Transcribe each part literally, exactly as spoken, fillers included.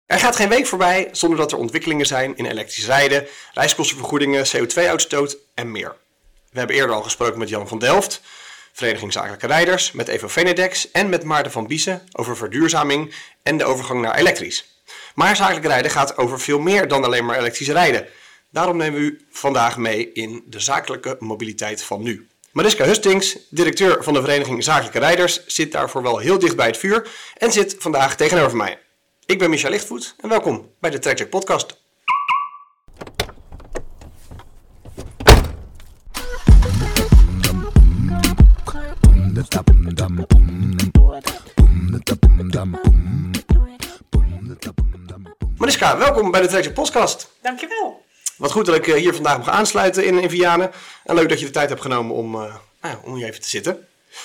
Er gaat geen week voorbij zonder dat er ontwikkelingen zijn in elektrisch rijden, reiskostenvergoedingen, C O twee uitstoot en meer. We hebben eerder al gesproken met Jan van Delft, Vereniging Zakelijke Rijders, met Evo Venedex en met Maarten van Biesen over verduurzaming en de overgang naar elektrisch. Maar zakelijk rijden gaat over veel meer dan alleen maar elektrisch rijden. Daarom nemen we u vandaag mee in de zakelijke mobiliteit van nu. Mariska Hustings, directeur van de Vereniging Zakelijke Rijders, zit daarvoor wel heel dicht bij het vuur en zit vandaag tegenover mij. Ik ben Micha Lichtvoet en welkom bij de TrackCheck podcast. Mariska, welkom bij de TrackCheck podcast. Dankjewel. Wat goed dat ik hier vandaag mag aansluiten in, in Vianen. En leuk dat je de tijd hebt genomen om, uh, nou ja, om hier even te zitten.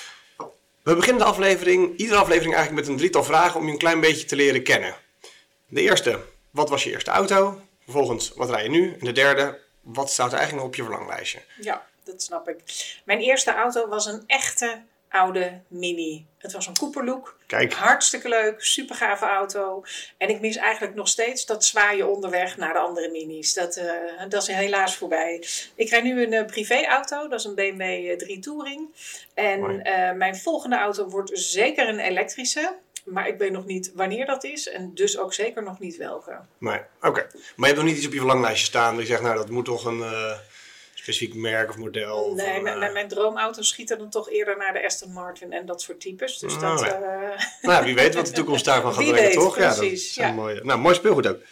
We beginnen de aflevering, iedere aflevering eigenlijk met een drietal vragen om je een klein beetje te leren kennen. De eerste, wat was je eerste auto? Vervolgens, wat rij je nu? En de derde, wat staat er eigenlijk nog op je verlanglijstje? Ja, dat snap ik. Mijn eerste auto was een echte oude Mini. Het was een Cooperlook. Kijk. Hartstikke leuk, super gave auto. En ik mis eigenlijk nog steeds dat zwaaien onderweg naar de andere Minis. Dat, uh, dat is helaas voorbij. Ik rijd nu een uh, privéauto, dat is een B M W drie Touring. En uh, mijn volgende auto wordt zeker een elektrische. Maar ik weet nog niet wanneer dat is en dus ook zeker nog niet welke. Nee, oké. Okay. Maar je hebt nog niet iets op je verlanglijstje staan dat je zegt, nou dat moet toch een uh, specifiek merk of model? Nee, of een, mijn, uh... mijn droomauto schieten dan toch eerder naar de Aston Martin en dat soort types. Dus oh, dat, ja. uh... Nou, wie weet wat de toekomst daarvan gaat wie brengen, weet, toch? Precies, ja, dat is ja. een mooie, nou, mooi speelgoed ook.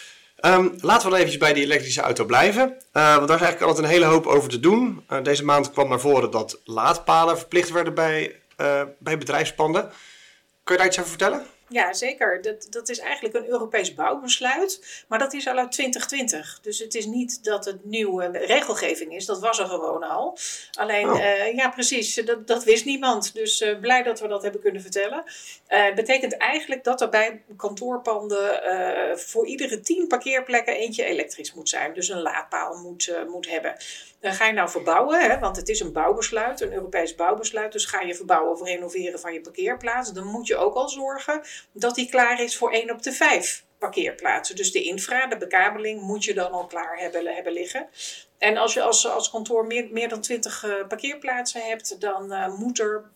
Um, laten we dan eventjes bij die elektrische auto blijven. Uh, want daar is eigenlijk altijd een hele hoop over te doen. Uh, deze maand kwam naar voren dat laadpalen verplicht werden bij, uh, bij bedrijfspanden. Kun je daar iets over vertellen? Ja, zeker. Dat, dat is eigenlijk een Europees bouwbesluit, maar dat is al uit twintig twintig. Dus het is niet dat het nieuwe regelgeving is, dat was er gewoon al. Alleen, oh. uh, ja precies, dat, dat wist niemand. Dus uh, blij dat we dat hebben kunnen vertellen. Uh, het betekent eigenlijk dat er bij kantoorpanden uh, voor iedere tien parkeerplekken eentje elektrisch moet zijn. Dus een laadpaal moet, uh, moet hebben. Dan ga je nou verbouwen, hè, want het is een bouwbesluit, een Europees bouwbesluit. Dus ga je verbouwen of renoveren van je parkeerplaats, dan moet je ook al zorgen dat die klaar is voor één op de vijf parkeerplaatsen. Dus de infra, de bekabeling, moet je dan al klaar hebben, hebben liggen. En als je als, als kantoor meer, meer dan twintig uh, parkeerplaatsen hebt, dan uh, moet er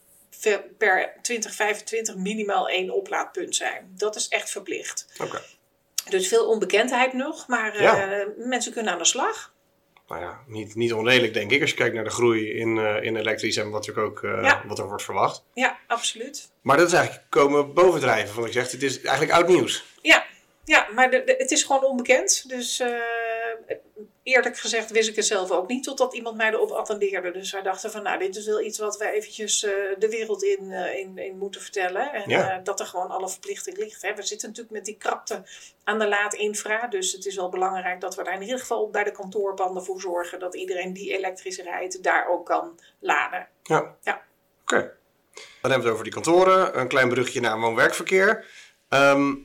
per twintig vijfentwintig minimaal één oplaadpunt zijn. Dat is echt verplicht. Okay. Dus veel onbekendheid nog, maar uh, ja. mensen kunnen aan de slag. Nou ja, niet, niet onredelijk denk ik als je kijkt naar de groei in, uh, in elektrisch en wat er ook uh, ja. wat er wordt verwacht. Ja, absoluut. Maar dat is eigenlijk komen bovendrijven, want ik zeg, het is eigenlijk oud nieuws. Ja, ja maar de, de, het is gewoon onbekend. Dus uh, eerlijk gezegd wist ik het zelf ook niet, totdat iemand mij erop attendeerde. Dus wij dachten van, nou, dit is wel iets wat wij eventjes uh, de wereld in, uh, in, in moeten vertellen. En ja. uh, dat er gewoon alle verplichting ligt. Hè. We zitten natuurlijk met die krapte aan de laadinfra. Dus het is wel belangrijk dat we daar in ieder geval bij de kantoorpanden voor zorgen dat iedereen die elektrisch rijdt daar ook kan laden. Ja, ja. Oké. Okay. Dan hebben we het over die kantoren. Een klein brugje naar woon-werkverkeer. Um,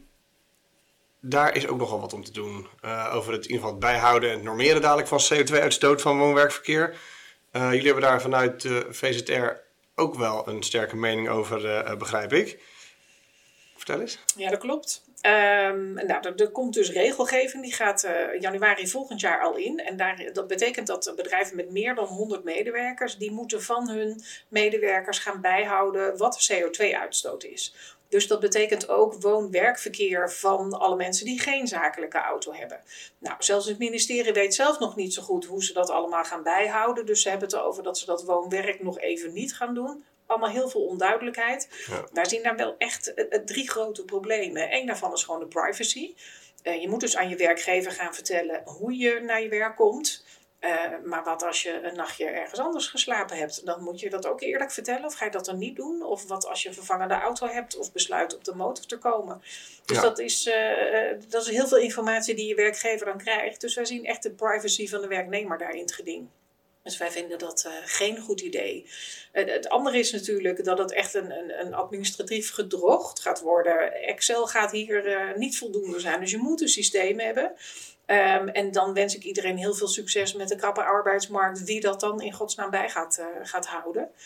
Daar is ook nogal wat om te doen. Uh, over het in ieder geval het bijhouden en het normeren dadelijk van C O twee uitstoot van woon-werkverkeer. Uh, jullie hebben daar vanuit de V Z R ook wel een sterke mening over, uh, begrijp ik. Vertel eens. Ja, dat klopt. Um, nou, er, er komt dus regelgeving, die gaat uh, januari volgend jaar al in. En daar, dat betekent dat bedrijven met meer dan honderd medewerkers, die moeten van hun medewerkers gaan bijhouden wat de C O twee uitstoot is. Dus dat betekent ook woon-werkverkeer van alle mensen die geen zakelijke auto hebben. Nou, zelfs het ministerie weet zelf nog niet zo goed hoe ze dat allemaal gaan bijhouden. Dus ze hebben het erover dat ze dat woon-werk nog even niet gaan doen. Allemaal heel veel onduidelijkheid. Ja. Wij zien daar wel echt uh, drie grote problemen. Eén daarvan is gewoon de privacy. Uh, je moet dus aan je werkgever gaan vertellen hoe je naar je werk komt. Uh, maar wat als je een nachtje ergens anders geslapen hebt, dan moet je dat ook eerlijk vertellen. Of ga je dat dan niet doen? Of wat als je een vervangende auto hebt of besluit op de motor te komen. Dus ja. dat, is, uh, dat is heel veel informatie die je werkgever dan krijgt. Dus wij zien echt de privacy van de werknemer daar in het geding. Dus wij vinden dat uh, geen goed idee. Uh, het andere is natuurlijk dat het echt een, een, een administratief gedrocht gaat worden. Excel gaat hier uh, niet voldoende zijn. Dus je moet een systeem hebben. Um, en dan wens ik iedereen heel veel succes met de krappe arbeidsmarkt. Wie dat dan in godsnaam bij gaat, uh, gaat houden.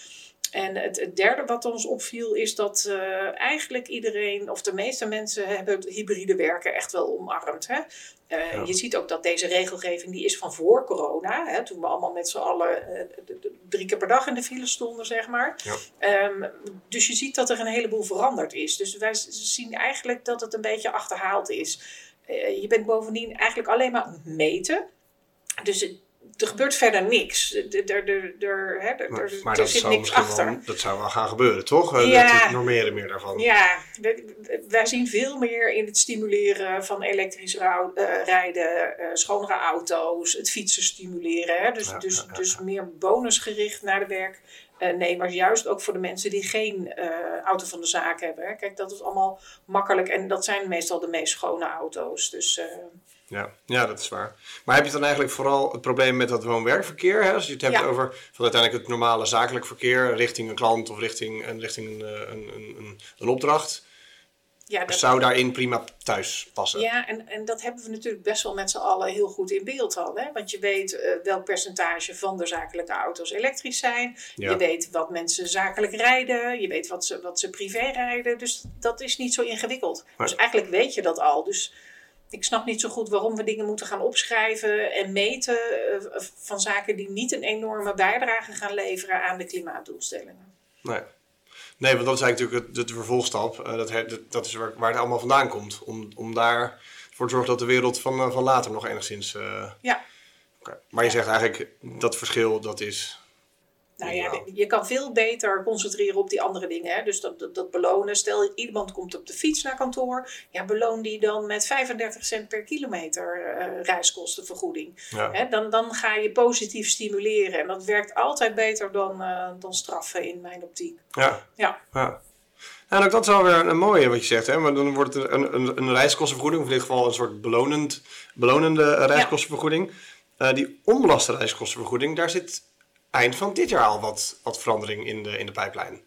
En het, het derde wat ons opviel is dat uh, eigenlijk iedereen, of de meeste mensen, hebben het hybride werken echt wel omarmd. Hè? Uh, ja. Je ziet ook dat deze regelgeving die is van voor corona. Hè, toen we allemaal met z'n allen uh, d- d- drie keer per dag in de file stonden, zeg maar. Ja. Um, dus je ziet dat er een heleboel veranderd is. Dus wij zien eigenlijk dat het een beetje achterhaald is. Uh, je bent bovendien eigenlijk alleen maar aan het meten. Dus het, er gebeurt verder niks. Er, er, er, er, hè, er, maar maar er dat zit zou niks achter. Wel, dat zou wel gaan gebeuren, toch? Ja, het normeren meer daarvan. Ja, wij zien veel meer in het stimuleren van elektrisch rou- uh, rijden, uh, schonere auto's, het fietsen stimuleren. Hè? Dus, ja, dus, ja, ja. dus meer bonusgericht naar de werknemers. Juist ook voor de mensen die geen uh, auto van de zaak hebben. Hè? Kijk, dat is allemaal makkelijk en dat zijn meestal de meest schone auto's. Dus... Uh, Ja, ja, dat is waar. Maar heb je dan eigenlijk vooral het probleem met dat woon-werkverkeer? Hè? Als je het hebt ja. over van uiteindelijk het normale zakelijk verkeer richting een klant of richting, een, richting een, een, een, een opdracht. Ja, dat zou daarin prima thuis passen. Ja, en, en dat hebben we natuurlijk best wel met z'n allen heel goed in beeld al. Hè? Want je weet uh, welk percentage van de zakelijke auto's elektrisch zijn. Ja. Je weet wat mensen zakelijk rijden. Je weet wat ze, wat ze privé rijden. Dus dat is niet zo ingewikkeld. Maar. Dus eigenlijk weet je dat al. Dus ik snap niet zo goed waarom we dingen moeten gaan opschrijven en meten uh, van zaken die niet een enorme bijdrage gaan leveren aan de klimaatdoelstellingen. Nee, nee want dat is eigenlijk natuurlijk de, de vervolgstap. Uh, dat, dat, dat is waar, waar het allemaal vandaan komt. Om, om daar voor te zorgen dat de wereld van, uh, van later nog enigszins... Uh... Ja. Okay. Maar je zegt eigenlijk dat verschil dat is... Nou ja, je kan veel beter concentreren op die andere dingen. Hè? Dus dat, dat, dat belonen. Stel, iemand komt op de fiets naar kantoor. Ja, beloon die dan met vijfendertig cent per kilometer uh, reiskostenvergoeding. Ja. Hè? Dan, dan ga je positief stimuleren. En dat werkt altijd beter dan, uh, dan straffen in mijn optiek. Ja. Ja. ja. En ook dat is wel weer een mooie wat je zegt. Hè? Maar dan wordt het een, een, een reiskostenvergoeding. Of in dit geval een soort belonend, belonende reiskostenvergoeding. Ja. Uh, die onbelaste reiskostenvergoeding, daar zit... eind van dit jaar al wat, wat verandering in de, in de pijplijn.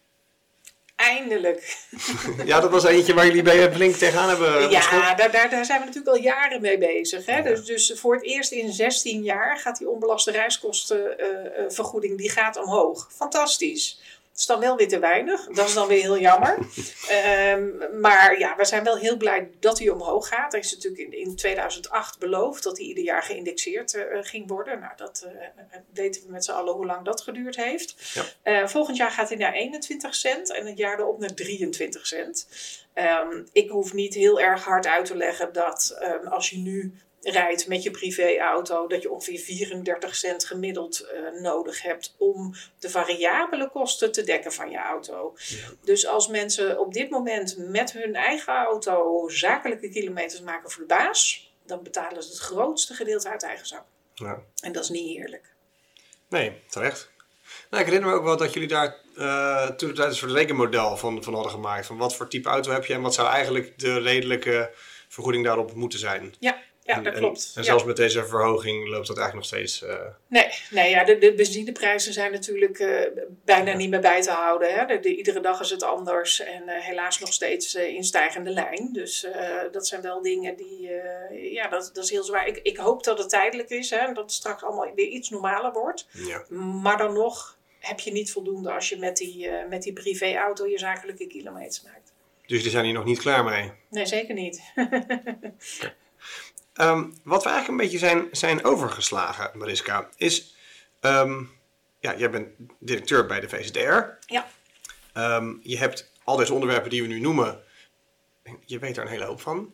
Eindelijk. Ja, dat was eentje waar jullie bij Blink tegenaan hebben. Ja, daar, daar, daar zijn we natuurlijk al jaren mee bezig. Hè? Ja. Dus, dus voor het eerst in zestien jaar gaat die onbelaste reiskostenvergoeding uh, die gaat omhoog. Fantastisch. Dat is dan wel weer te weinig. Dat is dan weer heel jammer. um, maar ja, we zijn wel heel blij dat hij omhoog gaat. Er is natuurlijk in, in tweeduizend acht beloofd dat hij ieder jaar geïndexeerd uh, ging worden. Nou, dat uh, weten we met z'n allen hoe lang dat geduurd heeft. Ja. Uh, volgend jaar gaat hij naar eenentwintig cent en het jaar erop naar drieëntwintig cent. Um, ik hoef niet heel erg hard uit te leggen dat um, als je nu... rijdt met je privéauto, dat je ongeveer vierendertig cent gemiddeld uh, nodig hebt om de variabele kosten te dekken van je auto. Ja. Dus als mensen op dit moment met hun eigen auto zakelijke kilometers maken voor de baas, dan betalen ze het grootste gedeelte uit eigen zak. Ja. En dat is niet eerlijk. Nee, terecht. Nou, ik herinner me ook wel dat jullie daar uh, toen het een soort rekenmodel van, van hadden gemaakt. Van wat voor type auto heb je en wat zou eigenlijk de redelijke vergoeding daarop moeten zijn. Ja. Ja, dat en, klopt. En, en zelfs ja. met deze verhoging loopt dat eigenlijk nog steeds... Uh... Nee, nee ja, de, de benzineprijzen zijn natuurlijk uh, bijna ja. niet meer bij te houden. Hè. De, de, iedere dag is het anders en uh, helaas nog steeds uh, in stijgende lijn. Dus uh, dat zijn wel dingen die... Uh, ja, dat, dat is heel zwaar. Ik, ik hoop dat het tijdelijk is, hè, en dat het straks allemaal weer iets normaler wordt. Ja. Maar dan nog heb je niet voldoende als je met die, uh, met die privéauto je zakelijke kilometers maakt. Dus jullie zijn hier nog niet klaar mee? Nee, zeker niet. Okay. Um, wat we eigenlijk een beetje zijn, zijn overgeslagen, Mariska, is... Um, ja, jij bent directeur bij de V Z D R. Ja. Um, je hebt al deze onderwerpen die we nu noemen. Je weet er een hele hoop van.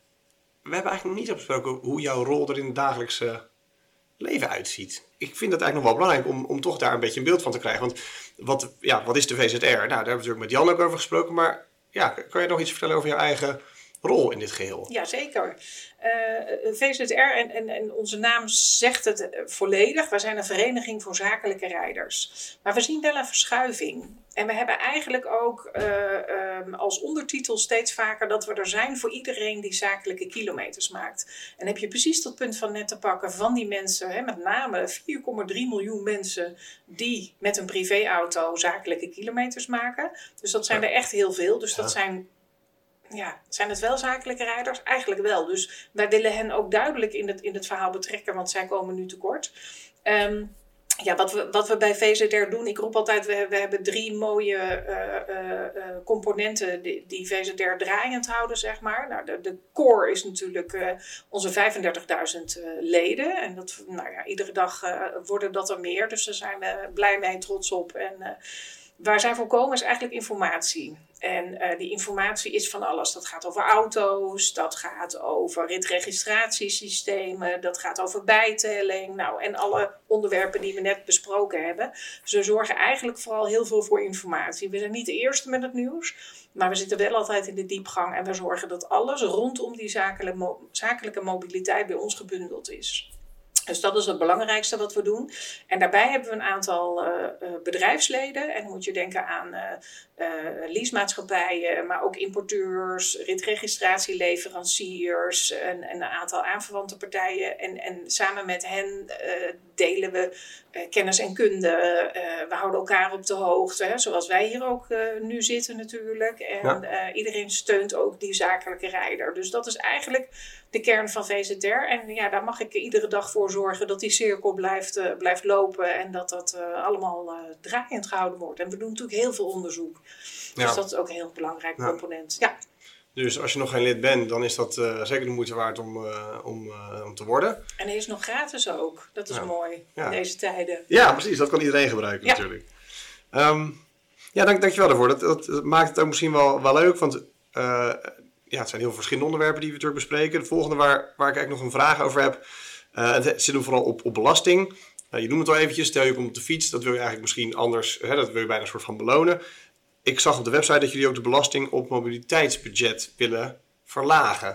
We hebben eigenlijk nog niet besproken hoe jouw rol er in het dagelijkse leven uitziet. Ik vind het eigenlijk nog wel belangrijk om, om toch daar een beetje een beeld van te krijgen. Want wat, ja, wat is de V Z D R? Nou, daar hebben we natuurlijk met Jan ook over gesproken. Maar ja, kan je nog iets vertellen over jouw eigen rol in dit geheel? Ja, zeker. Uh, V Z R en, en, en onze naam zegt het volledig. Wij zijn een vereniging voor zakelijke rijders. Maar we zien wel een verschuiving. En we hebben eigenlijk ook uh, um, als ondertitel steeds vaker dat we er zijn voor iedereen die zakelijke kilometers maakt. En heb je precies dat punt van net te pakken van die mensen, hè, met name vier komma drie miljoen mensen die met een privéauto zakelijke kilometers maken. Dus dat zijn er echt heel veel. Dus dat zijn... Ja, zijn het wel zakelijke rijders? Eigenlijk wel. Dus wij willen hen ook duidelijk in het, in het verhaal betrekken, want zij komen nu tekort. Um, Ja, wat we, wat we bij V Z R doen, ik roep altijd, we, we hebben drie mooie uh, uh, uh, componenten die, die V Z R draaiend houden, zeg maar. Nou, de, de core is natuurlijk uh, onze vijfendertigduizend uh, leden. En dat, nou ja, iedere dag uh, worden dat er meer, dus daar zijn we blij mee, trots op. En uh, waar zij voor komen is eigenlijk informatie. En uh, die informatie is van alles. Dat gaat over auto's, dat gaat over ritregistratiesystemen, dat gaat over bijtelling. Nou, en alle onderwerpen die we net besproken hebben. Dus we zorgen eigenlijk vooral heel veel voor informatie. We zijn niet de eerste met het nieuws, maar we zitten wel altijd in de diepgang. En we zorgen dat alles rondom die zakelijke, mo- zakelijke mobiliteit bij ons gebundeld is. Dus dat is het belangrijkste wat we doen. En daarbij hebben we een aantal uh, uh, bedrijfsleden. En dan moet je denken aan uh, uh, leasemaatschappijen, maar ook importeurs, ritregistratieleveranciers en, en een aantal aanverwante partijen. En, en samen met hen uh, delen we uh, kennis en kunde. Uh, we houden elkaar op de hoogte, hè, zoals wij hier ook uh, nu zitten natuurlijk. En ja. uh, iedereen steunt ook die zakelijke rijder. Dus dat is eigenlijk de kern van V Z R. En ja, daar mag ik iedere dag voor zorgen dat die cirkel blijft, uh, blijft lopen en dat dat uh, allemaal uh, draaiend gehouden wordt. En we doen natuurlijk heel veel onderzoek. Dus ja. dat is ook een heel belangrijk ja. component. Ja. Dus als je nog geen lid bent, dan is dat uh, zeker de moeite waard om, uh, om, uh, om te worden. En hij is nog gratis ook. Dat is ja. mooi ja. in deze tijden. Ja, precies. Dat kan iedereen gebruiken ja. natuurlijk. Um, ja, dank, dankjewel daarvoor. Dat, dat, dat maakt het ook misschien wel, wel leuk, want Uh, ja, het zijn heel verschillende onderwerpen die we natuurlijk bespreken. De volgende waar, waar ik eigenlijk nog een vraag over heb, uh, het zit hem vooral op, op belasting. Uh, je noemt het al eventjes, stel je komt op de fiets, dat wil je eigenlijk misschien anders, hè, dat wil je bijna een soort van belonen. Ik zag op de website dat jullie ook de belasting op mobiliteitsbudget willen verlagen.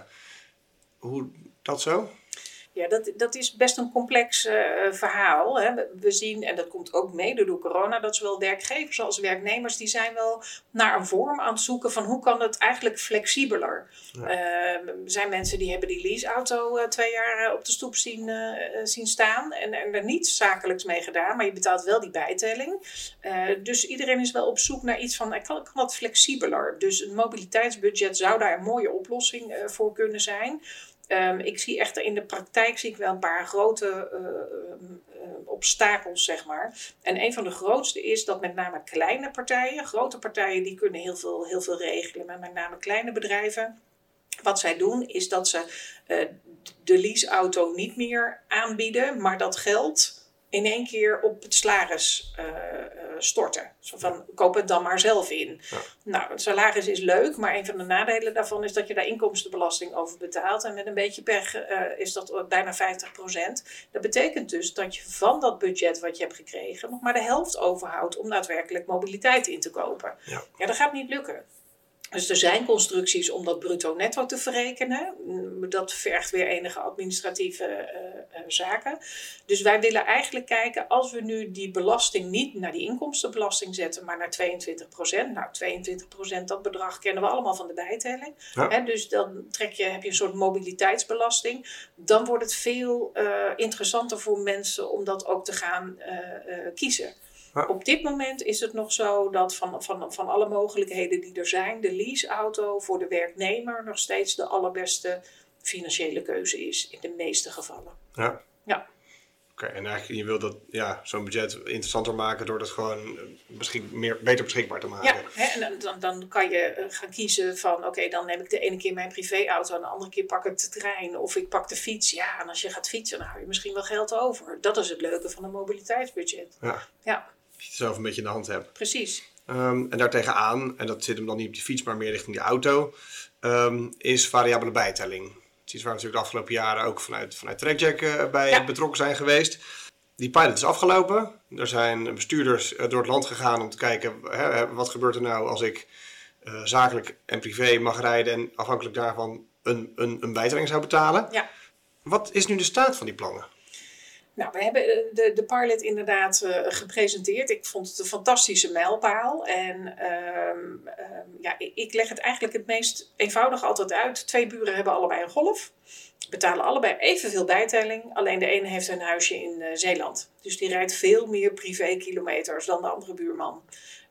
Hoe dat zo? Ja, dat, dat is best een complex uh, verhaal. Hè. We zien, en dat komt ook mede door corona, dat zowel werkgevers als werknemers, die zijn wel naar een vorm aan het zoeken van hoe kan het eigenlijk flexibeler. Ja. Uh, er zijn mensen die hebben die leaseauto uh, twee jaar uh, op de stoep zien, uh, zien staan en, en er niets zakelijks mee gedaan, maar je betaalt wel die bijtelling. Uh, dus iedereen is wel op zoek naar iets van, kan, kan dat flexibeler? Dus een mobiliteitsbudget zou daar een mooie oplossing uh, voor kunnen zijn. Um, ik zie echter in de praktijk zie ik wel een paar grote uh, uh, obstakels, zeg maar. En een van de grootste is dat met name kleine partijen, grote partijen die kunnen heel veel, heel veel regelen, maar met name kleine bedrijven, wat zij doen is dat ze uh, de leaseauto niet meer aanbieden, maar dat geld in één keer op het salaris uh, uh, storten. Zo van, koop het dan maar zelf in. Ja. Nou, het salaris is leuk, maar een van de nadelen daarvan is dat je daar inkomstenbelasting over betaalt. En met een beetje pech uh, is dat bijna vijftig procent. Dat betekent dus dat je van dat budget wat je hebt gekregen nog maar de helft overhoudt om daadwerkelijk mobiliteit in te kopen. Ja, ja dat gaat niet lukken. Dus er zijn constructies om dat bruto-netto te verrekenen. Dat vergt weer enige administratieve uh, uh, zaken. Dus wij willen eigenlijk kijken, als we nu die belasting niet naar die inkomstenbelasting zetten, maar naar tweeëntwintig procent. Nou, tweeëntwintig procent, dat bedrag kennen we allemaal van de bijtelling. Ja. He, dus dan trek je, heb je een soort mobiliteitsbelasting. Dan wordt het veel uh, interessanter voor mensen om dat ook te gaan uh, uh, kiezen. Ja. Op dit moment is het nog zo dat van, van, van alle mogelijkheden die er zijn, de leaseauto voor de werknemer nog steeds de allerbeste financiële keuze is. In de meeste gevallen. Ja. Ja. Oké, okay, en eigenlijk je wilt dat ja, zo'n budget interessanter maken door dat gewoon beschik, meer, beter beschikbaar te maken. Ja, hè, en dan, dan kan je gaan kiezen van oké, okay, dan neem ik de ene keer mijn privéauto en de andere keer pak ik de trein of ik pak de fiets. Ja, en als je gaat fietsen, dan hou je misschien wel geld over. Dat is het leuke van een mobiliteitsbudget. Ja. Ja. Dat je het zelf een beetje in de hand hebt. Precies. Um, en daartegenaan, en dat zit hem dan niet op de fiets, maar meer richting die auto, um, is variabele bijtelling. Het is iets waar we natuurlijk de afgelopen jaren ook vanuit, vanuit TrackJack uh, bij ja. betrokken zijn geweest. Die pilot is afgelopen. Er zijn bestuurders uh, door het land gegaan om te kijken, hè, wat gebeurt er nou als ik uh, zakelijk en privé mag rijden en afhankelijk daarvan een, een, een bijtelling zou betalen. Ja. Wat is nu de staat van die plannen? Nou, we hebben de, de pilot inderdaad uh, gepresenteerd. Ik vond het een fantastische mijlpaal. En um, um, ja, ik leg het eigenlijk het meest eenvoudig altijd uit. Twee buren hebben allebei een Golf. Betalen allebei evenveel bijtelling. Alleen de ene heeft een huisje in uh, Zeeland. Dus die rijdt veel meer privékilometers dan de andere buurman.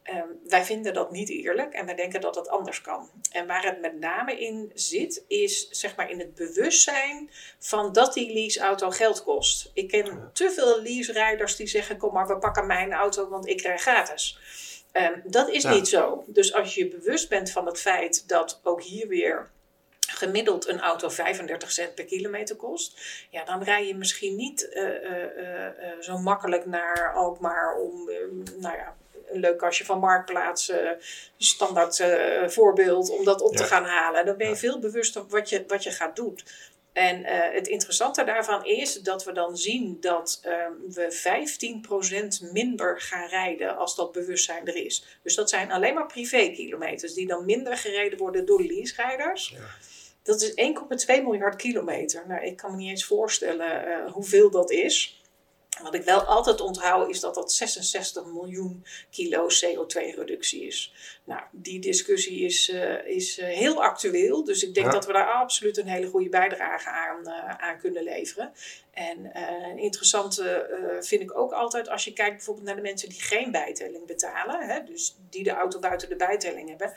Um, wij vinden dat niet eerlijk en wij denken dat het anders kan. En waar het met name in zit, is zeg maar in het bewustzijn van dat die leaseauto geld kost. Ik ken te veel leaserijders die zeggen, kom maar, we pakken mijn auto, want ik krijg gratis. Um, dat is ja. niet zo. Dus als je bewust bent van het feit dat ook hier weer gemiddeld een auto vijfendertig cent per kilometer kost, ja, dan rij je misschien niet uh, uh, uh, uh, zo makkelijk naar Alkmaar om, uh, nou ja, een leuk kastje van Marktplaats, uh, standaard uh, voorbeeld, om dat op ja. te gaan halen. Dan ben je ja. veel bewuster wat je, wat je gaat doen. En uh, het interessante daarvan is dat we dan zien dat uh, we vijftien procent minder gaan rijden als dat bewustzijn er is. Dus dat zijn alleen maar privékilometers die dan minder gereden worden door leaserijders. Ja. Dat is één komma twee miljard kilometer. Nou, ik kan me niet eens voorstellen uh, hoeveel dat is. Wat ik wel altijd onthoud is dat dat zesenzestig miljoen kilo C O twee reductie is. Nou, die discussie is, uh, is uh, heel actueel. Dus ik denk ja. dat we daar absoluut een hele goede bijdrage aan, uh, aan kunnen leveren. En uh, een interessante uh, vind ik ook altijd als je kijkt bijvoorbeeld naar de mensen die geen bijtelling betalen. Hè, dus die de auto buiten de bijtelling hebben.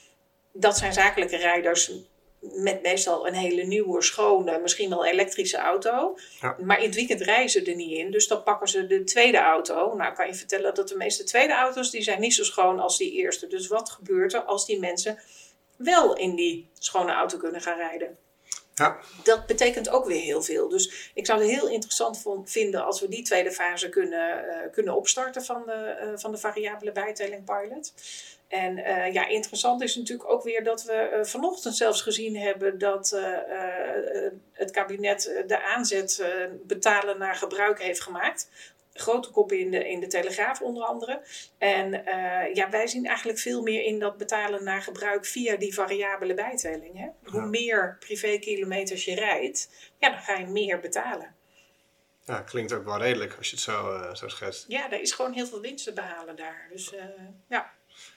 Dat zijn zakelijke rijders met meestal een hele nieuwe, schone, misschien wel elektrische auto. Ja. Maar in het weekend reizen ze er niet in. Dus dan pakken ze de tweede auto. Nou, kan je vertellen dat de meeste tweede auto's, die zijn niet zo schoon als die eerste. Dus wat gebeurt er als die mensen wel in die schone auto kunnen gaan rijden? Ja. Dat betekent ook weer heel veel. Dus ik zou het heel interessant vinden als we die tweede fase kunnen, uh, kunnen opstarten van de, uh, van de variabele bijtelling pilot. En uh, ja, interessant is natuurlijk ook weer dat we uh, vanochtend zelfs gezien hebben dat uh, uh, het kabinet de aanzet uh, betalen naar gebruik heeft gemaakt. Grote koppen in de, in de Telegraaf onder andere. En uh, ja, wij zien eigenlijk veel meer in dat betalen naar gebruik via die variabele bijtelling. Hè? Hoe ja. meer privékilometers je rijdt, ja, dan ga je meer betalen. Ja, klinkt ook wel redelijk als je het zo, uh, zo schetst. Ja, er is gewoon heel veel winst te behalen daar. Dus uh, ja.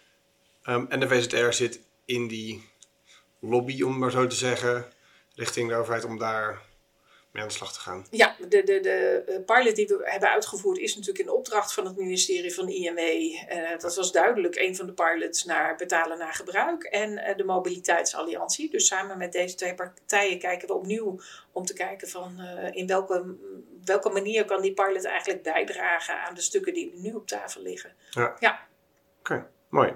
Um, en de V Z R zit in die lobby, om maar zo te zeggen, richting de overheid om daar mee aan de slag te gaan. Ja, de, de, de pilot die we hebben uitgevoerd is natuurlijk in opdracht van het ministerie van I M W. Uh, dat was duidelijk een van de pilots naar betalen naar gebruik en uh, de mobiliteitsalliantie. Dus samen met deze twee partijen kijken we opnieuw om te kijken van uh, in welke, welke manier kan die pilot eigenlijk bijdragen aan de stukken die nu op tafel liggen. Ja, ja. Oké, okay, mooi.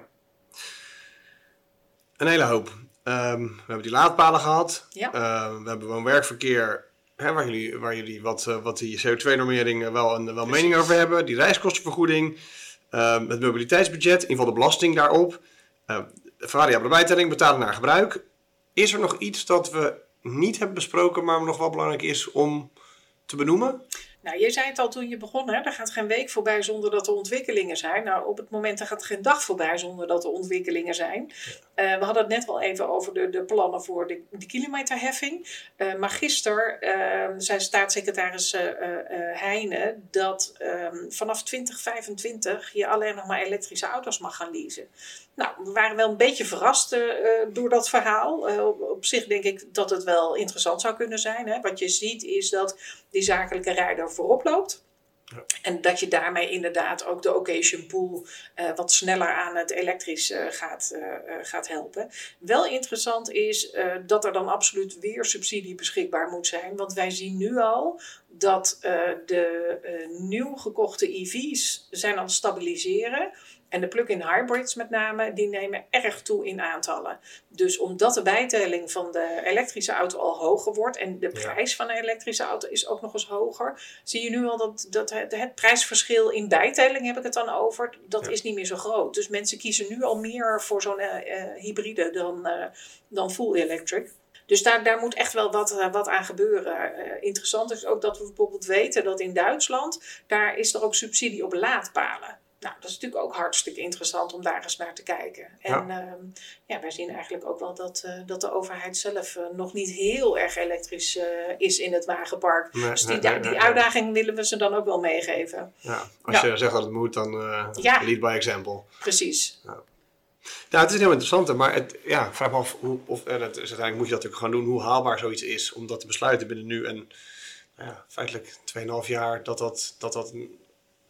Een hele hoop. Um, we hebben die laadpalen gehad. Ja. Uh, we hebben woon-werkverkeer, hè, waar jullie, waar jullie wat, uh, wat die C O twee normering wel een wel mening over hebben. Die reiskostenvergoeding. Uh, het mobiliteitsbudget, in ieder geval de belasting daarop. Uh, variabele bijtelling, betalen naar gebruik. Is er nog iets dat we niet hebben besproken, maar nog wel belangrijk is om te benoemen? Nou, je zei het al toen je begon, hè? Er gaat geen week voorbij zonder dat er ontwikkelingen zijn. Nou, op het moment er gaat geen dag voorbij zonder dat er ontwikkelingen zijn. Ja. Uh, we hadden het net al even over de, de plannen voor de, de kilometerheffing. Uh, maar gisteren uh, zei staatssecretaris uh, uh, Heijnen dat uh, vanaf twintig vijfentwintig je alleen nog maar elektrische auto's mag gaan leasen. Nou, we waren wel een beetje verrast uh, door dat verhaal. Uh, op, op zich denk ik dat het wel interessant zou kunnen zijn. Hè? Wat je ziet is dat die zakelijke rijder voorop loopt. Ja. En dat je daarmee inderdaad ook de occasion pool uh, wat sneller aan het elektrisch uh, gaat, uh, gaat helpen. Wel interessant is uh, dat er dan absoluut weer subsidie beschikbaar moet zijn. Want wij zien nu al dat uh, de uh, nieuw gekochte E V's zijn aan het stabiliseren. En de plug-in hybrids met name, die nemen erg toe in aantallen. Dus omdat de bijtelling van de elektrische auto al hoger wordt en de prijs ja. van een elektrische auto is ook nog eens hoger, zie je nu al dat, dat het, het prijsverschil in bijtelling, heb ik het dan over, dat ja. is niet meer zo groot. Dus mensen kiezen nu al meer voor zo'n uh, hybride dan, uh, dan full electric. Dus daar, daar moet echt wel wat, uh, wat aan gebeuren. Uh, interessant is ook dat we bijvoorbeeld weten dat in Duitsland, daar is er ook subsidie op laadpalen. Nou, dat is natuurlijk ook hartstikke interessant om daar eens naar te kijken. En ja, uh, ja wij zien eigenlijk ook wel dat, uh, dat de overheid zelf uh, nog niet heel erg elektrisch uh, is in het wagenpark. Nee, dus die, nee, nee, die nee, uitdaging nee. willen we ze dan ook wel meegeven. Ja, als ja. je zegt dat het moet, dan uh, ja. lead by example. Precies. Ja. Nou, het is heel interessant, maar het, ja, vraag me af, hoe, of, en het, uiteindelijk moet je dat natuurlijk gaan doen, hoe haalbaar zoiets is om dat te besluiten binnen nu en nou ja, feitelijk tweeënhalf jaar dat dat... dat, dat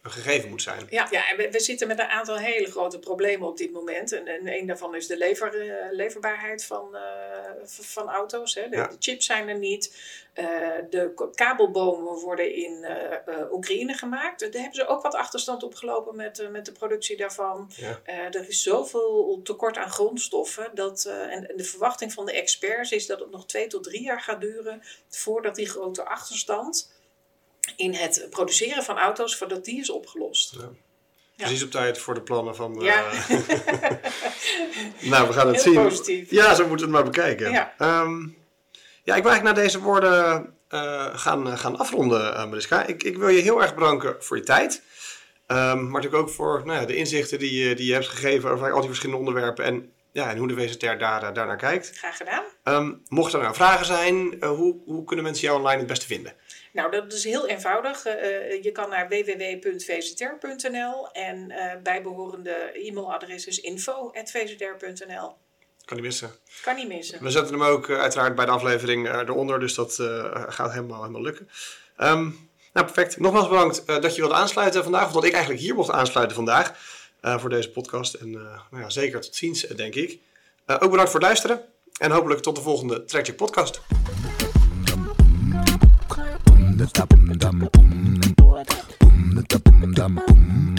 een gegeven moet zijn. Ja, ja en we, we zitten met een aantal hele grote problemen op dit moment. En, en een daarvan is de lever, uh, leverbaarheid van, uh, van auto's. Hè. De, ja. de chips zijn er niet. Uh, de kabelbomen worden in uh, uh, Oekraïne gemaakt. Daar hebben ze ook wat achterstand opgelopen met, uh, met de productie daarvan. Ja. Uh, er is zoveel tekort aan grondstoffen. Dat, uh, en, en de verwachting van de experts is dat het nog twee tot drie jaar gaat duren voordat die grote achterstand in het produceren van auto's, voordat die is opgelost. Ja. Precies ja. op tijd voor de plannen van... Uh... Ja. nou, we gaan het Heel zien. Positief. Ja, zo moeten we het maar bekijken. Ja, um, ja ik wil eigenlijk naar deze woorden uh, gaan, uh, gaan afronden, uh, Mariska. Ik, ik wil je heel erg bedanken voor je tijd. Um, maar natuurlijk ook voor nou ja, de inzichten die je, die je hebt gegeven over al die verschillende onderwerpen. En, ja, en hoe de W Z T R daar, daar naar kijkt. Graag gedaan. Um, mochten er nou vragen zijn, uh, hoe, hoe kunnen mensen jou online het beste vinden? Nou, dat is heel eenvoudig. Uh, je kan naar w w w punt v z t r punt n l en uh, bijbehorende e-mailadres is info at v z t r punt n l. Kan niet missen. Kan niet missen. We zetten hem ook uh, uiteraard bij de aflevering uh, eronder, dus dat uh, gaat helemaal, helemaal lukken. Um, nou, perfect. Nogmaals bedankt uh, dat je wilde aansluiten vandaag, of dat ik eigenlijk hier mocht aansluiten vandaag uh, voor deze podcast. En uh, nou ja, zeker tot ziens, uh, denk ik. Uh, ook bedankt voor het luisteren en hopelijk tot de volgende TrackCheck podcast. Dum dum dum dum